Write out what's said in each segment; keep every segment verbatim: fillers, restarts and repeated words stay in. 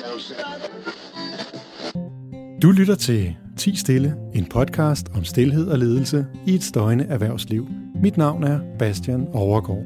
Du lytter til Ti Stille, en podcast om stilhed og ledelse i et støjende erhvervsliv. Mit navn er Bastian Overgaard.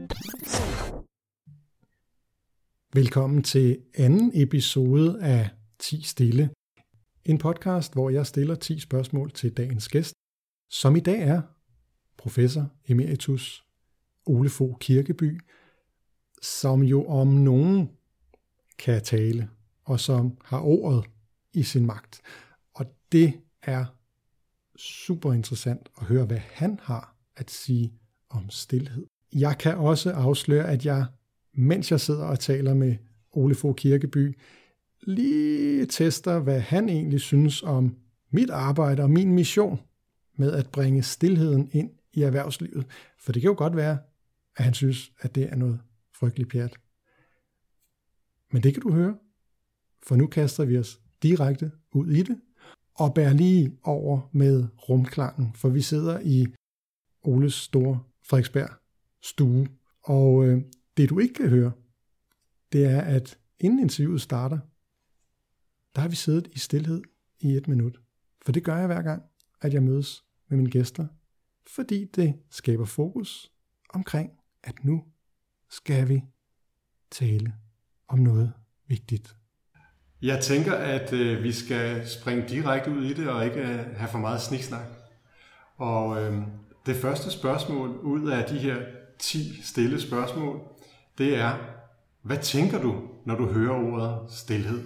Velkommen til anden episode af Ti Stille, en podcast, hvor jeg stiller ti spørgsmål til dagens gæst, som i dag er professor emeritus Ole Fogh Kirkeby, som jo om nogen kan tale, og som har ordet i sin magt. Og det er super interessant at høre, hvad han har at sige om stilhed. Jeg kan også afsløre, at jeg, mens jeg sidder og taler med Ole Fogh Kirkeby, lige tester, hvad han egentlig synes om mit arbejde og min mission med at bringe stilheden ind i erhvervslivet. For det kan jo godt være, at han synes, at det er noget frygteligt pjat. Men det kan du høre, for nu kaster vi os direkte ud i det, og bærer lige over med rumklangen, for vi sidder i Oles store Frederiksberg stue. Og øh, det du ikke kan høre, det er, at inden interviewet starter, der har vi siddet i stilhed i et minut. For det gør jeg hver gang, at jeg mødes med mine gæster, fordi det skaber fokus omkring, at nu skal vi tale om noget vigtigt. Jeg tænker, at øh, vi skal springe direkte ud i det, og ikke øh, have for meget sniksnak. Og øh, det første spørgsmål ud af de her ti stille spørgsmål, det er, hvad tænker du, når du hører ordet stilhed?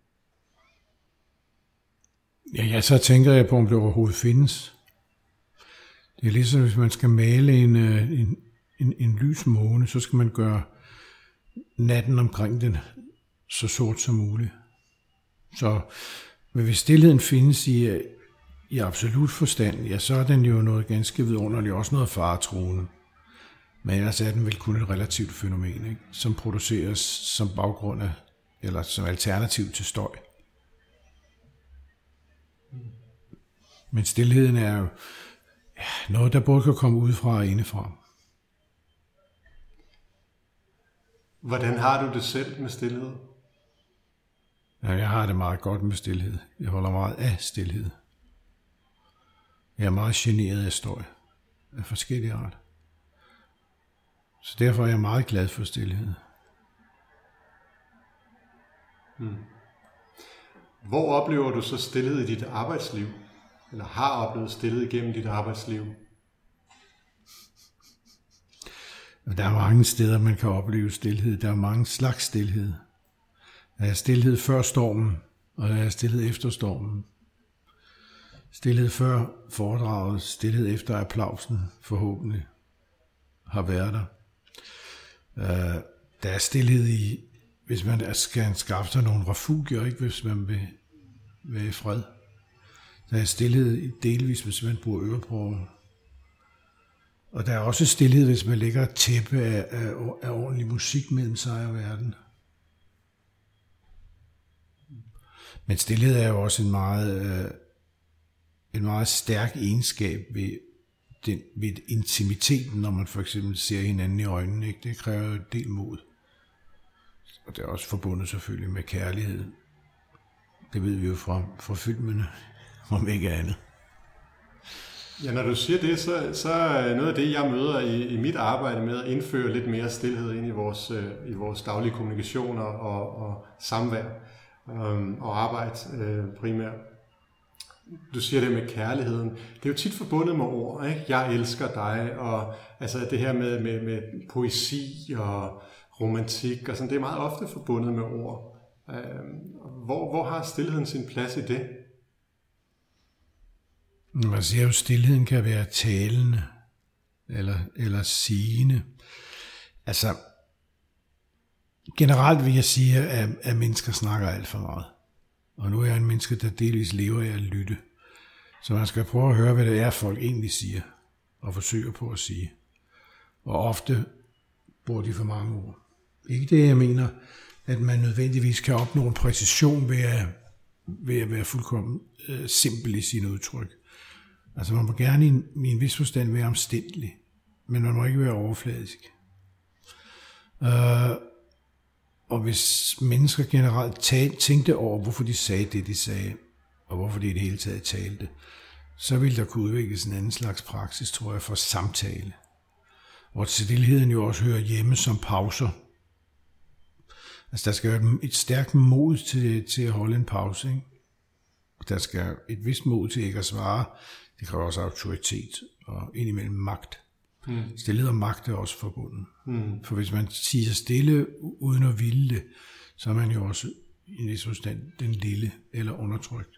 Ja, ja, så tænker jeg på, om det overhovedet findes. Det er ligesom, hvis man skal male en, en, en, en lys måne, så skal man gøre natten omkring den så sort som muligt. Så hvis stilheden findes i, i absolut forstand, ja, så er den jo noget ganske vidunderligt, også noget faretruende. Men ellers er den vel kun et relativt fænomen, ikke? Som produceres som baggrund af, eller som alternativ til støj. Men stilheden er jo ja, noget, der både kan komme udefra og indefra. Hvordan har du det selv med stilhed? Ja, jeg har det meget godt med stilhed. Jeg holder meget af stilhed. Jeg er meget generet af støj af forskellige art. Så derfor er jeg meget glad for stilhed. Hmm. Hvor oplever du så stilhed i dit arbejdsliv? Eller har oplevet stilhed igennem dit arbejdsliv? Der er mange steder, man kan opleve stilhed. Der er mange slags stilhed. Der er stilhed før stormen, og der er stilhed efter stormen. Stilhed før foredraget, stilhed efter applausen forhåbentlig har været der. Der er stilhed i, hvis man skal skaffe sig nogle refugier, ikke, hvis man vil være i fred. Der er stilhed delvis, hvis man bruger ørepropper. Og der er også stilhed, hvis man lægger et tæppe af, af, af ordentlig musik mellem sig og verden. Men stilhed er jo også en meget, øh, en meget stærk egenskab ved, den, ved intimiteten, når man for eksempel ser hinanden i øjnene. Ikke? Det kræver jo et del mod. Og det er også forbundet selvfølgelig med kærlighed. Det ved vi jo fra, fra filmene, om ikke andet. Ja, når du siger det, så, så er noget af det, jeg møder i, i mit arbejde med at indføre lidt mere stilhed ind i vores, øh, i vores daglige kommunikationer og, og samvær øh, og arbejde øh, primært. Du siger det med kærligheden. Det er jo tit forbundet med ord, ikke? Jeg elsker dig, og altså det her med, med, med poesi og romantik, og sådan, det er meget ofte forbundet med ord. Øh, hvor, hvor har stilheden sin plads i det? Man siger jo, at stilheden kan være talende eller, eller sigende. Altså, generelt vil jeg sige, at, at mennesker snakker alt for meget. Og nu er jeg en menneske, der delvis lever af at lytte. Så man skal prøve at høre, hvad det er, folk egentlig siger, og forsøger på at sige. Og ofte bruger de for mange ord. Ikke det, jeg mener, at man nødvendigvis kan opnå en præcision ved at, ved at være fuldkommen øh, simpel i sine udtryk. Altså man må gerne i en, i en vis forstand være omstændelig, men man må ikke være overfladisk. Øh, og hvis mennesker generelt tænkte over, hvorfor de sagde det, de sagde, og hvorfor de i det hele taget talte, så ville der kunne udvikles en anden slags praksis, tror jeg, for samtale. Hvor stillheden jo også hører hjemme som pauser. Altså, der skal være et stærkt mod til, til at holde en pause, ikke? Der skal et vist mod til ikke at svare. Det kræver også autoritet og indimellem magt. Mm. Stilhed og magt er også forbundet. Mm. For hvis man siger stille uden at ville det, så er man jo også i en vis forstand den lille eller undertrykt.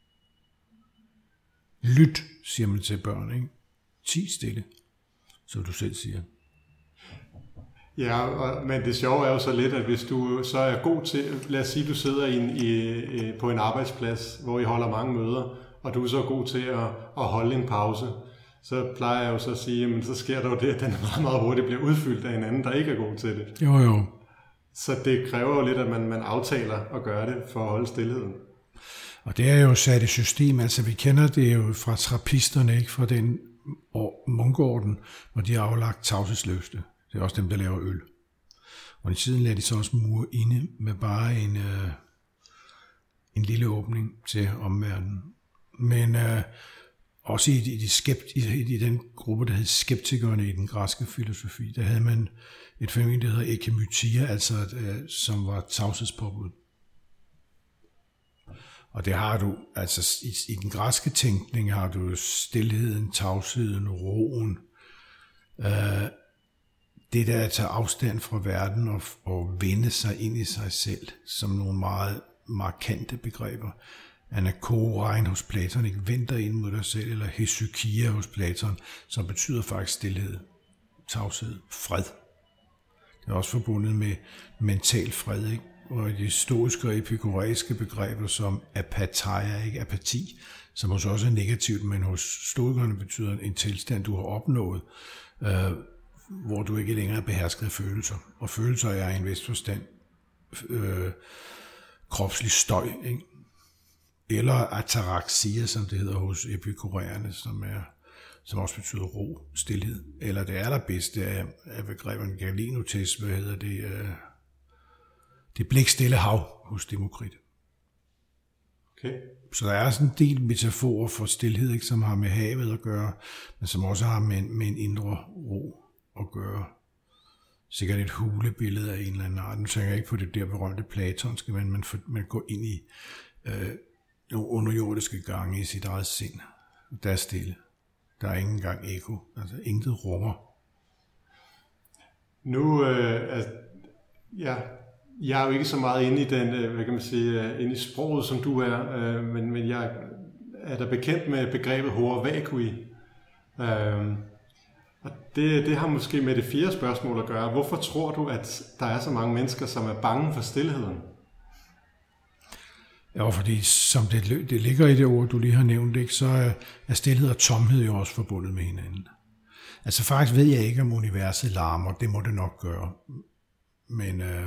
Lyt, siger man til børn, ikke? Ti stille, som du selv siger. Ja, og, men det sjove er jo så lidt, at hvis du så er god til, lad os sige, du sidder i en, i, på en arbejdsplads, hvor I holder mange møder, og du er så god til at, at holde en pause, så plejer jeg jo så at sige, men så sker der jo det, at den meget, meget hurtigt bliver udfyldt af en anden, der ikke er god til det. Jo, jo. Så det kræver jo lidt, at man, man aftaler at gøre det for at holde stillheden. Og det er jo sat i system, altså vi kender det jo fra trappisterne, ikke? Fra den munkeorden, hvor de har aflagt tavshedsløfte. Det er også dem, der laver øl. Og i tiden lader de så også mure inde med bare en, øh, en lille åbning til omverdenen. Men øh, også i, i, de skept, i, i den gruppe, der hed skeptikerne i den græske filosofi, der havde man et fænomen, der hedder ekemytia, altså øh, som var tavshedspåbud. Og det har du, altså i, i den græske tænkning har du stilheden, tavsheden, roen, øh, det der at tage afstand fra verden og, og vende sig ind i sig selv, som nogle meget markante begreber. Anakorein hos Platon, ikke venter ind mod dig selv, eller hesykia hos Platon, som betyder faktisk stilhed, tavshed, fred. Det er også forbundet med mental fred, ikke? Og de stoiske og epikureiske begreber som apatheia, ikke apati, som hos også er negativt, men hos stoikerne betyder en tilstand, du har opnået, øh, hvor du ikke længere er behersket af følelser. Og følelser er i en vis forstand øh, kropslig støj, ikke? Eller ataraxia, som det hedder hos epikureerne, som, er, som også betyder ro, stilhed. Eller det allerbedste af, af begreberne Galinotes, hvad hedder det, øh, det blikstille hav hos Demokrit. Okay. Så der er sådan en del metaforer for stilhed, ikke, som har med havet at gøre, men som også har med, med en indre ro at gøre. Sikkert et hulebillede af en eller anden art. Nu tænker jeg ikke på det der berømte platonske, men man, man går ind i øh, nogle underjordiske gange i sit eget sind. Der er stille. Der er ingen gang eko. Altså intet rummer. Nu, øh, altså, ja, jeg er jo ikke så meget inde i den, hvad kan man sige, inde i sproget, som du er, øh, men, men jeg er da bekendt med begrebet hora vacui. Øh, og det, det har måske med det fjerde spørgsmål at gøre. Hvorfor tror du, at der er så mange mennesker, som er bange for stilheden? Ja, fordi som det, det ligger i det ord, du lige har nævnt, ikke, så er, er stilhed og tomhed jo også forbundet med hinanden. Altså faktisk ved jeg ikke, om universet larmer. Det må det nok gøre. Men øh,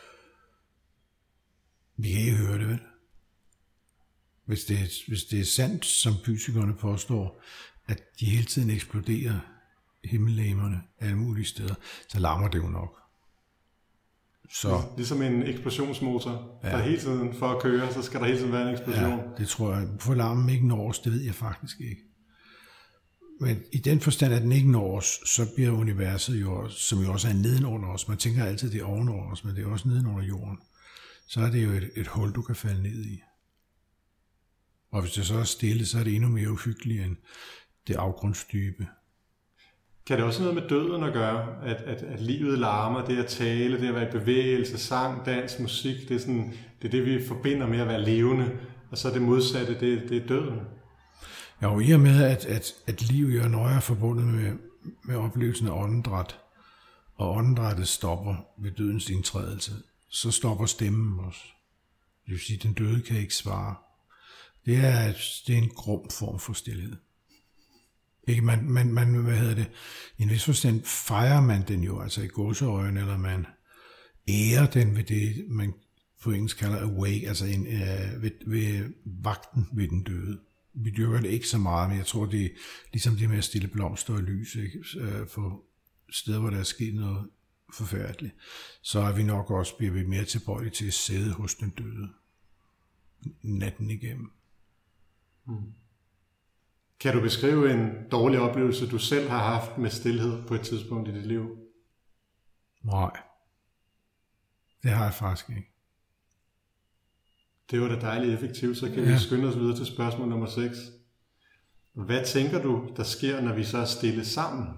vi kan ikke høre det, vel? Hvis det, hvis det er sandt, som fysikerne påstår, at de hele tiden eksploderer himmellegemerne alle mulige steder, så larmer det jo nok. Så, ligesom en eksplosionsmotor, ja. Der hele tiden for at køre, så skal der hele tiden være en eksplosion. Ja, det tror jeg. For larmen ikke når os, det ved jeg faktisk ikke. Men i den forstand, at den ikke når os, så bliver universet jo, som jo også er nedenunder os. Man tænker altid, det er ovenover os, men det er også nedenunder jorden. Så er det jo et, et hul, du kan falde ned i. Og hvis det så er stille, så er det endnu mere uhyggeligt end det afgrundsdybe. Kan det også noget med døden at gøre, at, at, at livet larmer, det at tale, det at være i bevægelse, sang, dans, musik, det er, sådan, det er det, vi forbinder med at være levende, og så det modsatte, det, det er døden. Ja, og i og med, at, at, at liv jo er nøje forbundet med, med oplevelsen af åndedræt, og åndedrættet stopper ved dødens indtrædelse, så stopper stemmen også. Det vil sige, at den døde kan ikke svare. Det er, det er en grum form for stilhed. Ikke, man, man, man, hvad hedder det, i en vis forstand fejrer man den jo, altså i gåseøjne, eller man ærer den ved det, man på engelsk kalder awake, altså en, øh, ved, ved vagten ved den døde. Vi dyrker det ikke så meget, men jeg tror, det er ligesom det med at stille blomster og lys, ikke? Øh, på steder, hvor der er sket noget forfærdelig, så er vi nok også bliver vi mere tilbøjelige til at sidde hos den døde natten igennem. Mm. Kan du beskrive en dårlig oplevelse, du selv har haft med stilhed på et tidspunkt i dit liv? Nej, det har jeg faktisk ikke. Det var da dejligt effektivt, så kan ja. vi skynde os videre til spørgsmål nummer seks. Hvad tænker du, der sker, når vi så er stille sammen?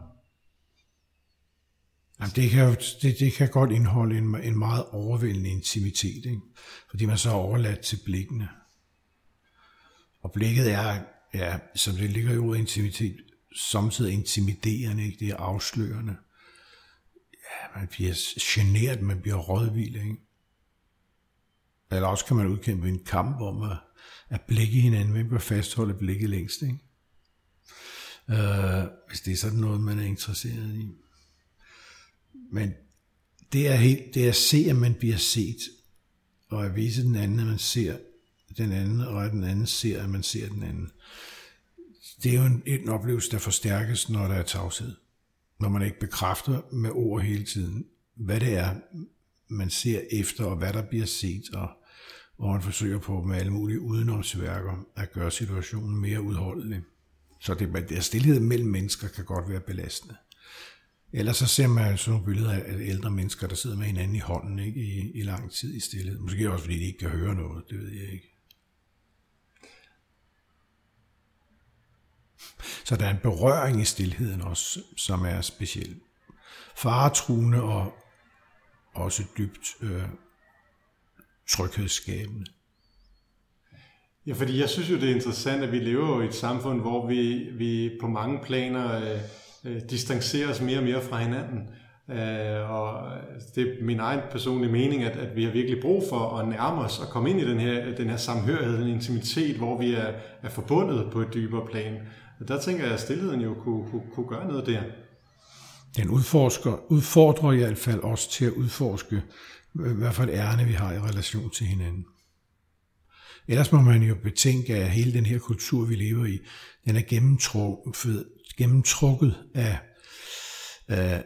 Jamen, det, kan jo, det, det kan godt indeholde en, en meget overvældende intimitet, ikke? Fordi man så er overladt til blikkene. Og blikket er, ja, som det ligger i ordet intimitet, samtidig intimiderende, ikke? Det er afslørende. Ja, man bliver generet, man bliver rådvild, ikke? Eller også kan man udkæmpe en kamp om at, at blikke hinanden, men kan fastholde blikket længst, ikke? Uh, hvis det er sådan noget, man er interesseret i. Men det er, helt, det er at se, at man bliver set, og at vise den anden, at man ser den anden, og at den anden ser, at man ser den anden. Det er jo en, en oplevelse, der forstærkes, når der er tavshed. Når man ikke bekræfter med ord hele tiden, hvad det er, man ser efter, og hvad der bliver set, og hvor man forsøger på med alle mulige udenomsværker at gøre situationen mere udholdelig. Så det, det stillhed mellem mennesker kan godt være belastende. Ellers så ser man sådan nogle billeder af ældre mennesker, der sidder med hinanden i hånden, ikke, i, i lang tid i stillhed. Måske også fordi de ikke kan høre noget, det ved jeg ikke. Så der er en berøring i stillheden også, som er speciel. Faretruende og også dybt øh, tryghedsskabende. Ja, fordi jeg synes jo, det er interessant, at vi lever i et samfund, hvor vi, vi på mange planer øh, øh, distancerer os mere og mere fra hinanden. Øh, og det er min egen personlige mening, at, at vi har virkelig brug for at nærme os og komme ind i den her, den her samhørighed, den intimitet, hvor vi er, er forbundet på et dybere plan. Og der tænker jeg, at stillheden jo kunne, kunne, kunne gøre noget der. Den udforsker, udfordrer i hvert fald også til at udforske, i hvert fald ærende, vi har i relation til hinanden. Ellers må man jo betænke, at hele den her kultur, vi lever i, den er gennemtrukket, gennemtrukket af, af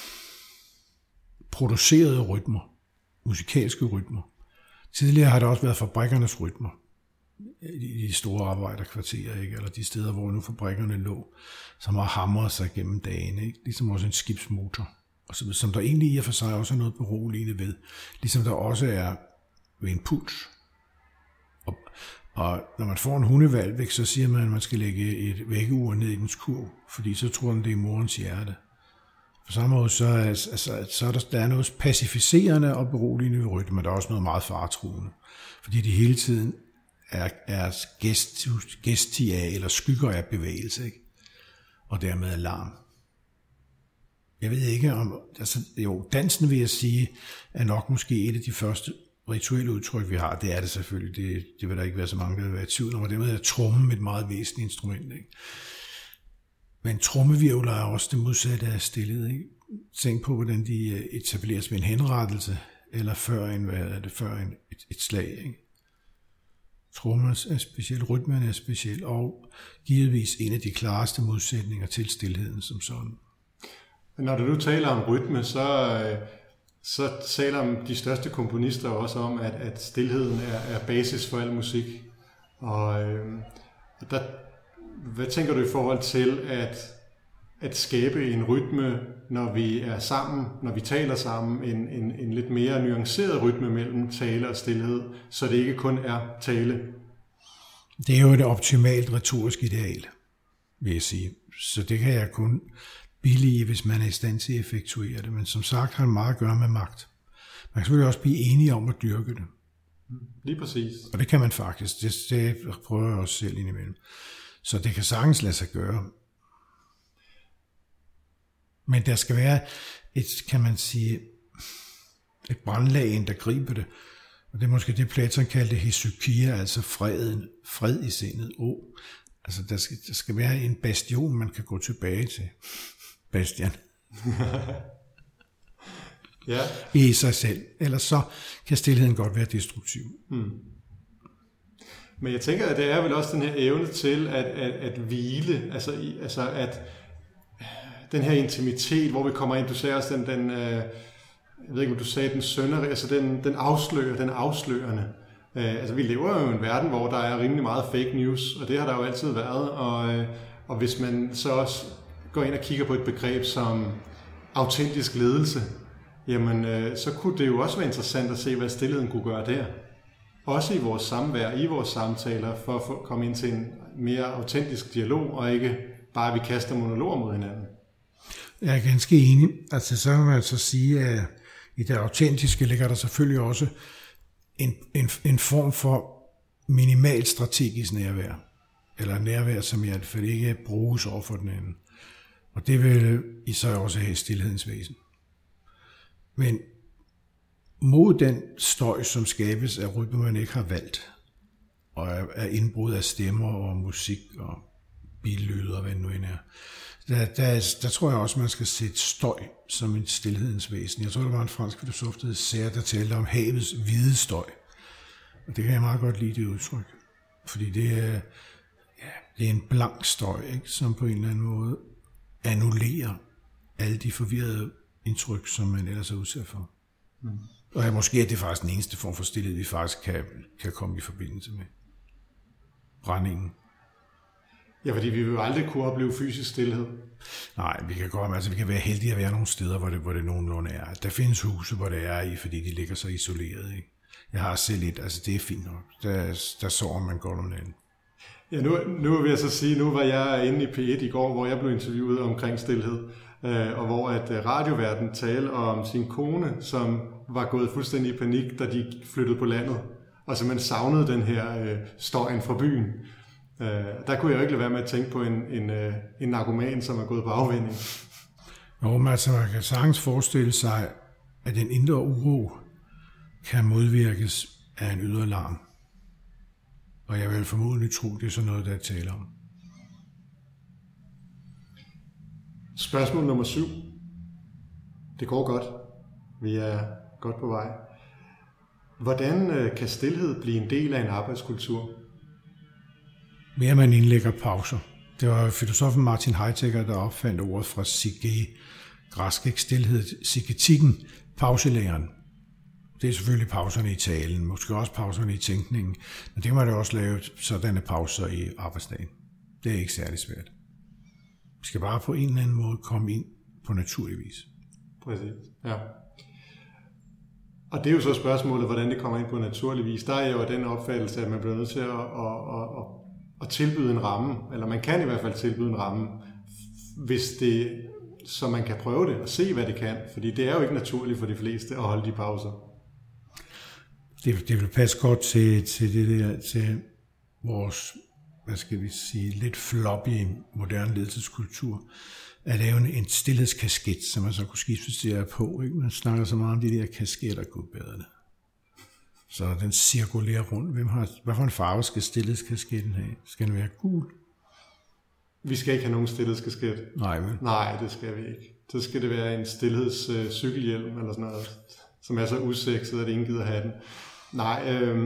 producerede rytmer, musikalske rytmer. Tidligere har der også været fabrikkernes rytmer i de store arbejderkvarterer, ikke? Eller de steder, hvor nu fabrikkerne lå, som har hamret sig gennem dagen, ikke? Ligesom også en skibsmotor, og som, som der egentlig i og for sig også er noget beroligende ved, ligesom der også er ved en puls. Og, og når man får en hundevalg, så siger man, at man skal lægge et vækkeur ned i dens kurv, fordi så tror den, det er morens hjerte. På samme måde, så er, altså, så er der, der er noget pacificerende og beroligende ved rytmen, men der er også noget meget faretruende, fordi de hele tiden er, er gest, gesti af, eller skygger af bevægelse, ikke? Og dermed alarm. Jeg ved ikke om, altså jo, dansen vil jeg sige, er nok måske et af de første rituelle udtryk, vi har. Det er det selvfølgelig, det, det vil der ikke være så mange, der vil være i tvivl om, og dermed er trommen et meget væsentligt instrument, ikke? Men trommevirvler er også det modsatte af stillet, ikke? Tænk på, hvordan de etableres med en henrettelse, eller før en, hvad er det, før en, et, et slag, ikke? Trommen er speciel, rytmen er speciel, og givetvis en af de klareste modsætninger til stilheden som sådan. Når du nu taler om rytme, så, så taler de største komponister også om, at, at stilheden er, er basis for al musik. Og øh, der, hvad tænker du i forhold til at, at skabe en rytme, når vi er sammen, når vi taler sammen, en, en, en lidt mere nuanceret rytme mellem tale og stilhed, så det ikke kun er tale? Det er jo et optimalt retorisk ideal, vil jeg sige. Så det kan jeg kun billige, hvis man er i stand til at effektuere det. Men som sagt har det meget at gøre med magt. Man kan selvfølgelig også blive enige om at dyrke det. Lige præcis. Og det kan man faktisk. Det, det prøver jeg også selv indimellem. Så det kan sagtens lade sig gøre. Men der skal være et, kan man sige, et brandlagen, der griber det. Og det er måske det, Platon kaldte hesykia, altså freden, fred i sindet. Oh, altså der skal, der skal være en bastion, man kan gå tilbage til. Bastian. Ja. I sig selv. Ellers så kan stilheden godt være destruktiv. Hmm. Men jeg tænker, at det er vel også den her evne til at, at, at hvile, altså, altså at den her intimitet, hvor vi kommer ind, du sagde også den, den, øh, jeg ved ikke, om du sagde den sønder, altså den, den afslører, den afslørende. Uh, altså vi lever jo i en verden, hvor der er rimelig meget fake news, og det har der jo altid været, og, uh, og hvis man så også går ind og kigger på et begreb som autentisk ledelse, jamen uh, så kunne det jo også være interessant at se, hvad stilheden kunne gøre der. Også i vores samvær, i vores samtaler, for at få, komme ind til en mere autentisk dialog, og ikke bare, at vi kaster monologer mod hinanden. Jeg er ganske enig. Altså, så kan man altså sige, at i det autentiske ligger der selvfølgelig også en, en, en form for minimal strategisk nærvær. Eller nærvær, som i hvert fald ikke bruges over for den anden. Og det vil i sig også have stillhedens væsen. Men mod den støj, som skabes af rytmer, man ikke har valgt, og af indbrud af stemmer og musik og billyd og hvad det nu end er, der, der, der tror jeg også, man skal sætte støj som en stillhedens væsen. Jeg tror, der var en fransk filosof, der hed Sartre, der talte om havets hvide støj. Og det kan jeg meget godt lide, det udtryk. Fordi det er, ja, det er en blank støj, ikke, som på en eller anden måde annullerer alle de forvirrede indtryk, som man ellers er udsat for. Mm. Og ja, måske er det faktisk den eneste form for stillhed, vi faktisk kan, kan komme i forbindelse med brændingen. Ja, fordi vi vil jo aldrig kunne opleve fysisk stillhed. Nej, vi kan godt, altså vi kan være heldige at være nogle steder, hvor det, hvor det nogenlunde er. Der findes huse, hvor det er i, fordi de ligger så isoleret, ikke? Jeg har selv et, altså det er fint nok. Der, der sover man godt om natten. Ja, nu, nu vil jeg så sige, nu var jeg inde i P et i går, hvor jeg blev interviewet omkring stillhed, øh, og hvor at radioverden talte om sin kone, som var gået fuldstændig i panik, da de flyttede på landet, og simpelthen savnede den her øh, støjen fra byen. Øh, der kunne jeg jo ikke lade være med at tænke på en, en, øh, en narkoman, som er gået på afvinding. Jo, men altså man kan sagtens forestille sig, at den indre uro kan modvirkes af en ydre larm. Og jeg vil formodentlig tro, det er sådan noget, der er tale om. Spørgsmål nummer syv. Det går godt. Vi er godt på vej. Hvordan kan stilhed blive en del af en arbejdskultur? Mere man indlægger pauser. Det var filosofen Martin Heidegger, der opfandt ordet fra sige, græsk ikke stilhed, sigetikken, pauselæren. Det er selvfølgelig pauserne i talen, måske også pauserne i tænkningen, men det må man jo også lave sådanne pauser i arbejdsdagen. Det er ikke særlig svært. Vi skal bare på en eller anden måde komme ind på naturlig vis. Præcis, ja. Og det er jo så spørgsmålet, hvordan det kommer ind på naturlig vis. Der er jo den opfattelse, at man bliver nødt til at, at, at, at tilbyde en ramme, eller man kan i hvert fald tilbyde en ramme, hvis det, så man kan prøve det og se, hvad det kan. Fordi det er jo ikke naturligt for de fleste at holde de pauser. Det, det vil passe godt til, til det der, til vores, hvad skal vi sige, lidt floppy moderne ledelseskultur, at lave en, en stillhedskasket, som man så kunne skifte på. Ikke? Man snakker så meget om de der kasketter, gud bedre det. Så den cirkulerer rundt. Hvem har, hvad for en farve skal stillhedskasketten have? Skal den være gul? Vi skal ikke have nogen stillhedskasket. Nej, vel? Nej, det skal vi ikke. Så skal det være en stillhedscykelhjelm eller sådan noget, som er så usekset, at ingen gider have den. Nej, øh,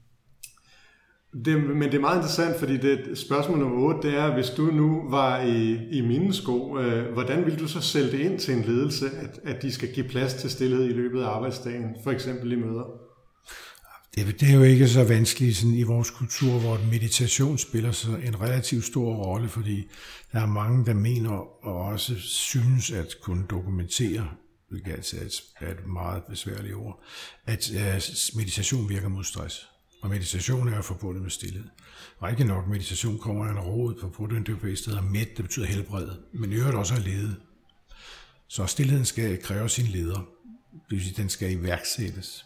det, men det er meget interessant, fordi det, spørgsmål nummer otte, det er, hvis du nu var i, i mine sko, øh, hvordan vil du så sælge det ind til en ledelse, at, at de skal give plads til stillhed i løbet af arbejdsdagen, for eksempel i møder? Det, det er jo ikke så vanskeligt sådan, i vores kultur, hvor meditation spiller så en relativt stor rolle, fordi der er mange, der mener og også synes at kunne dokumentere, hvilket altså er et meget besværligt ord, at meditation virker mod stress. Og meditation er jo forbundet med stillhed. Og ikke nok, meditation kommer af en råd på protoindopæisk hedder mæt, det betyder helbred, men i øvrigt også at lede. Så stillheden skal kræve sin leder, det vil sige, den skal iværksættes.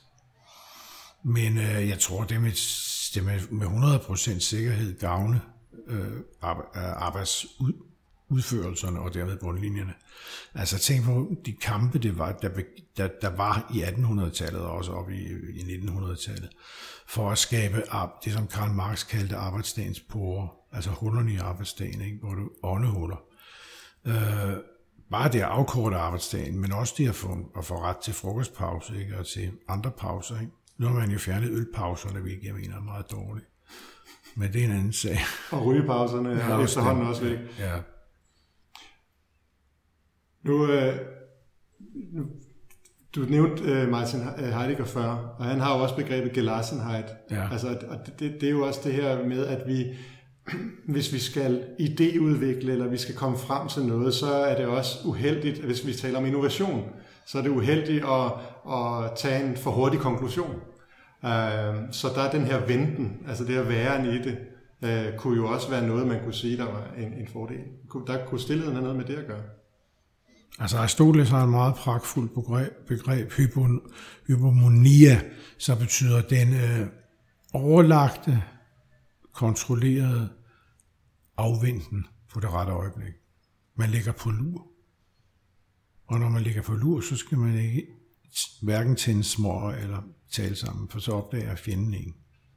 Men øh, jeg tror, det med, det med, med hundrede procent sikkerhed gavne øh, arbejdsudførelserne og dermed bundlinjerne. Altså tænk på de kampe, det var, der, der, der var i attenhundredetallet og også op i, i nittenhundredetallet, for at skabe det, som Karl Marx kaldte arbejdsdagens porer, altså hullerne i arbejdsdagen, ikke? Hvor du åndehuller. Øh, bare det at afkorte arbejdsdagen, men også det at få, at få ret til frokostpause, ikke? Og til andre pauser, ikke? Nu har man jo fjernet ølpauserne, hvilket jeg mener er meget dårligt. Men det er en anden sag. Og rygepauserne er ja, efterhånden også væk. Ja. Nu, øh, nu, Du nævnte uh, Martin Heidegger før, og han har jo også begrebet Gelassenheit. Ja. Altså, og det, det er jo også det her med, at vi, hvis vi skal idéudvikle, eller vi skal komme frem til noget, så er det også uheldigt, hvis vi taler om innovation, så er det uheldigt at, at tage en for hurtig konklusion. Uh, så der er den her venten, altså det her væren i det, uh, kunne jo også være noget, man kunne sige, der var en, en fordel. Der kunne stilheden have noget med det at gøre. Altså Aristoteles har en meget pragtfuld begreb, begreb hypon, hypomonia, så betyder den øh, overlagte, kontrollerede afventen på det rette øjeblik. Man ligger på lur. Og når man ligger på lur, så skal man ikke hverken tænde smør eller tale sammen, for så opdager fjenden en.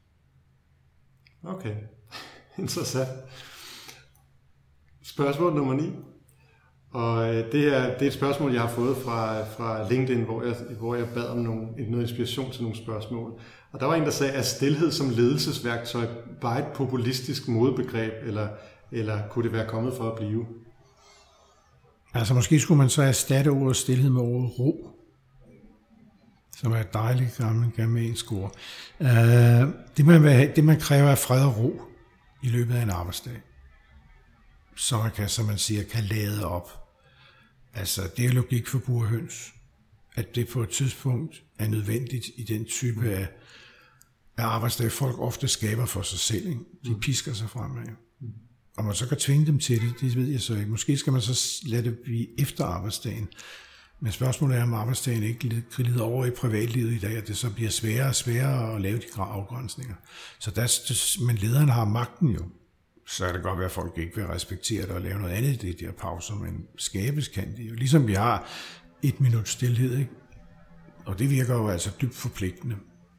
Okay, interessant. Spørgsmål nummer ni. Og det er, det er et spørgsmål, jeg har fået fra, fra LinkedIn, hvor jeg, hvor jeg bad om nogle, noget inspiration til nogle spørgsmål. Og der var en, der sagde, er stilhed som ledelsesværktøj bare et populistisk modebegreb, eller, eller kunne det være kommet for at blive? Altså måske skulle man så erstatte ordet stilhed med ordet ro, som er et dejligt gammelt germansk ord. Uh, det, man vil have, det man kræver er fred og ro i løbet af en arbejdsdag, så man kan, som man siger, kan lade op. Altså det er logik for burhøns, at det på et tidspunkt er nødvendigt i den type af, af arbejdsdag, folk ofte skaber for sig selv. Ikke? De pisker sig fremad. Og man så kan tvinge dem til det, det ved jeg så ikke. Måske skal man så lade det blive efter arbejdsdagen. Men spørgsmålet er, om arbejdsdagen ikke glider over i privatlivet i dag, at det så bliver sværere og sværere at lave de afgrænsninger. Så der, men lederen har magten jo. Så kan det godt være, at folk ikke vil respektere det og lave noget andet i det der pauser, men skabes kan de jo. Ligesom vi har et minut stilhed, ikke? Og det virker jo altså dybt forpligtende.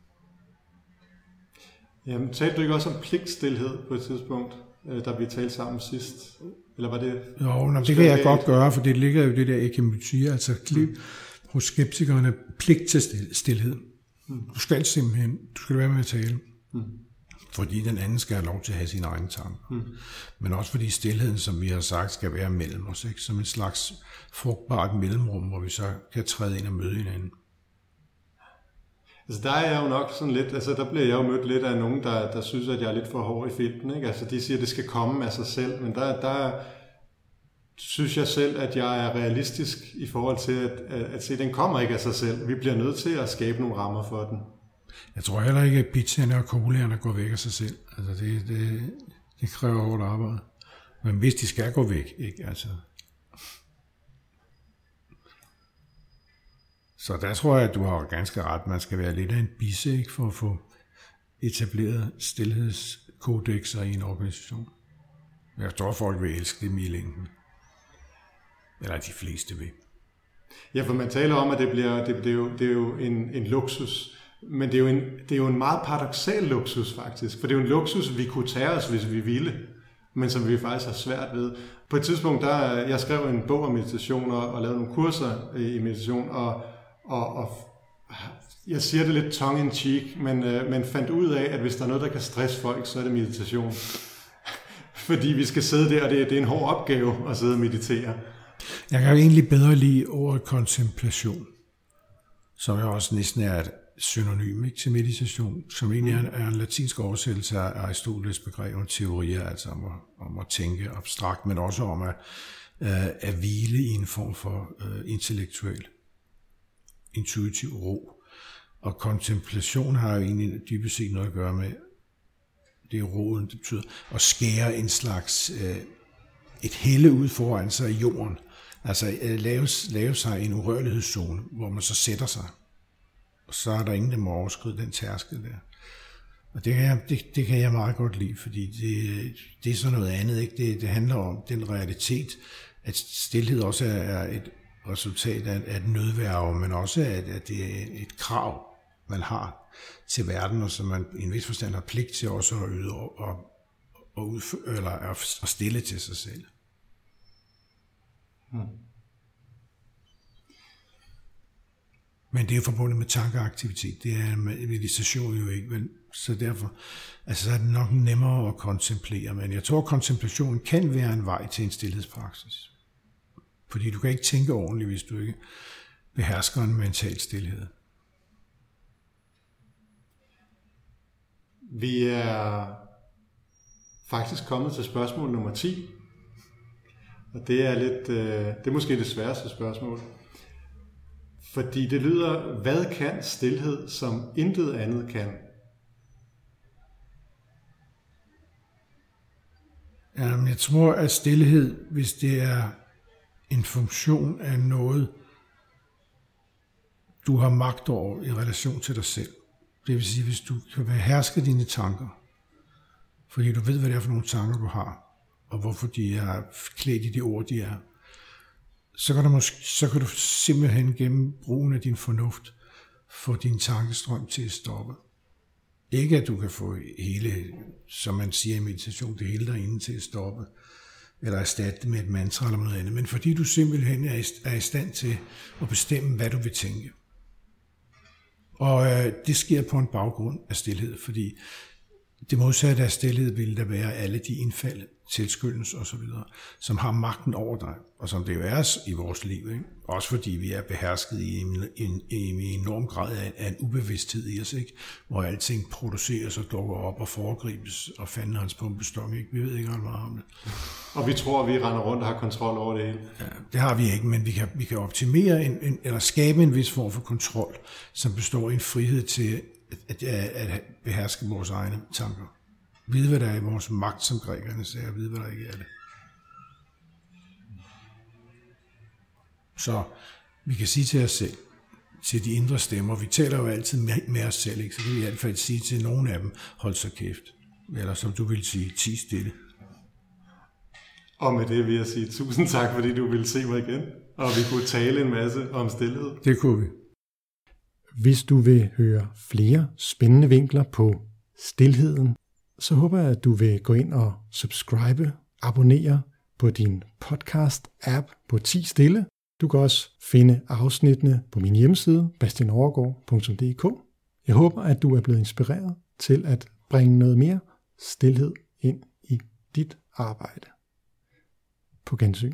Jamen, talte du ikke også om pligtstilhed på et tidspunkt, da vi talte sammen sidst? Eller var det... Jo, nå, det kan jeg godt gøre, for det ligger jo det der ekemytie, altså mm. hos skeptikerne, pligt til stilhed. Mm. Du skal simpelthen, du skal være med at tale. Mm. Fordi den anden skal have lov til at have sine egne tanker. Mm. Men også fordi stilheden, som vi har sagt, skal være mellem os, ikke? Som en slags frugtbart mellemrum, hvor vi så kan træde ind og møde hinanden. Altså der er jeg jo nok sådan lidt, altså der bliver jeg jo mødt lidt af nogen, der, der synes, at jeg er lidt for hård i filten, ikke? Altså de siger, at det skal komme af sig selv, men der, der synes jeg selv, at jeg er realistisk i forhold til at, at, at se, at den kommer ikke af sig selv. Vi bliver nødt til at skabe nogle rammer for den. Jeg tror heller ikke, at pizzaerne og colaerne går væk af sig selv. Altså det, det, det kræver hårdt arbejde. Men hvis de skal gå væk, ikke? Altså. Så der tror jeg, at du har ganske ret. Man skal være lidt af en bisse, ikke? For at få etableret stilhedskodexer i en organisation. Jeg tror, folk vil elske det i længden. Eller de fleste vil. Ja, for man taler om, at det, bliver, det, det, er, jo, det er jo en, en luksus. Men det er, jo en, det er jo en meget paradoksal luksus faktisk, for det er jo en luksus, vi kunne tage os, hvis vi ville, men som vi faktisk har svært ved. På et tidspunkt, der jeg skrev en bog om meditation og, og lavede nogle kurser i meditation, og, og, og jeg siger det lidt tongue in cheek, men, men fandt ud af, at hvis der er noget, der kan stresse folk, så er det meditation. Fordi vi skal sidde der, og det, det er en hård opgave at sidde og meditere. Jeg kan jo egentlig bedre lide ordet kontemplation, som jo også næsten er et synonym, ikke, til meditation, som egentlig er, er en latinsk oversættelse af Aristoteles begreb om teorier, altså om at, om at tænke abstrakt, men også om at, uh, at hvile i en form for uh, intellektuel, intuitiv ro. Og kontemplation har jo egentlig dybest set noget at gøre med, det er roen, det betyder at skære en slags, uh, et helle ud foran sig i jorden, altså uh, lave, lave sig en urørlighedszone, hvor man så sætter sig. Og så er der ingen, der må overskride den tærskel der. Og det kan jeg, det, det kan jeg meget godt lide, fordi det, det er sådan noget andet, ikke? Det, det handler om den realitet, at stilhed også er, er et resultat af, af et nødværge, men også at, at det er et krav, man har til verden, og som man i en vis forstand har pligt til også at yde og, og, og, udføre, eller at stille til sig selv. Hmm. Men det er forbundet med tankeaktivitet. Det er meditation jo ikke, men så derfor altså, så er det nok nemmere at kontemplere. Men jeg tror, at kontemplation kan være en vej til en stillhedspraksis. Fordi du kan ikke tænke ordentligt, hvis du ikke behersker en mental stilhed. Vi er faktisk kommet til spørgsmål nummer ti. Og det er lidt, det er måske det sværeste spørgsmål. Fordi det lyder, hvad kan stilhed, som intet andet kan? Jamen, jeg tror, at stilhed, hvis det er en funktion af noget, du har magt over i relation til dig selv. Det vil sige, hvis du kan beherske dine tanker, fordi du ved, hvad det er for nogle tanker, du har, og hvorfor de er klædt i de ord, de er, så kan du, måske, så kan du simpelthen gennem brugen af din fornuft få din tankestrøm til at stoppe. Ikke at du kan få hele, som man siger i meditation, det hele derinde til at stoppe, eller erstatte det med et mantra eller noget andet, men fordi du simpelthen er i stand til at bestemme, hvad du vil tænke. Og øh, det sker på en baggrund af stilhed, fordi det modsatte af stilhed ville der være alle de indfald, tilskyndelse og så videre, som har magten over dig, og som det jo er i vores liv, ikke? Også fordi vi er behersket i en, en, en enorm grad af, af en ubevidsthed i os, ikke? Hvor alting produceres og dukker op og foregribes, og fanden hans pumpestok, ikke? Vi ved ikke ret meget om det. Og vi tror, at vi render rundt og har kontrol over det hele. Ja, det har vi ikke, men vi kan, vi kan optimere en, en, eller skabe en vis form for kontrol, som består i en frihed til at, at, at beherske vores egne tanker. Vide, hvad der er i vores magt, som grækerne sagde, og vide, hvad der ikke er det. Så vi kan sige til os selv, til de indre stemmer, vi taler jo altid med, med os selv, ikke? Så kan vi i hvert fald sige til nogle af dem, hold så kæft. Eller som du vil sige, ti stille. Og med det vil jeg sige tusind tak, fordi du ville se mig igen, og vi kunne tale en masse om stilhed. Det kunne vi. Hvis du vil høre flere spændende vinkler på stilheden, så håber jeg, at du vil gå ind og subscribe, abonnere på din podcast-app på ti stille. Du kan også finde afsnittene på min hjemmeside, bastian overgaard punktum d k. Jeg håber, at du er blevet inspireret til at bringe noget mere stilhed ind i dit arbejde. På gensyn.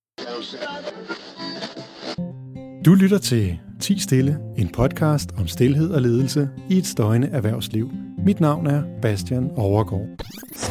Du lytter til ti stille, en podcast om stilhed og ledelse i et støjende erhvervsliv. Mit navn er Bastian Overgaard.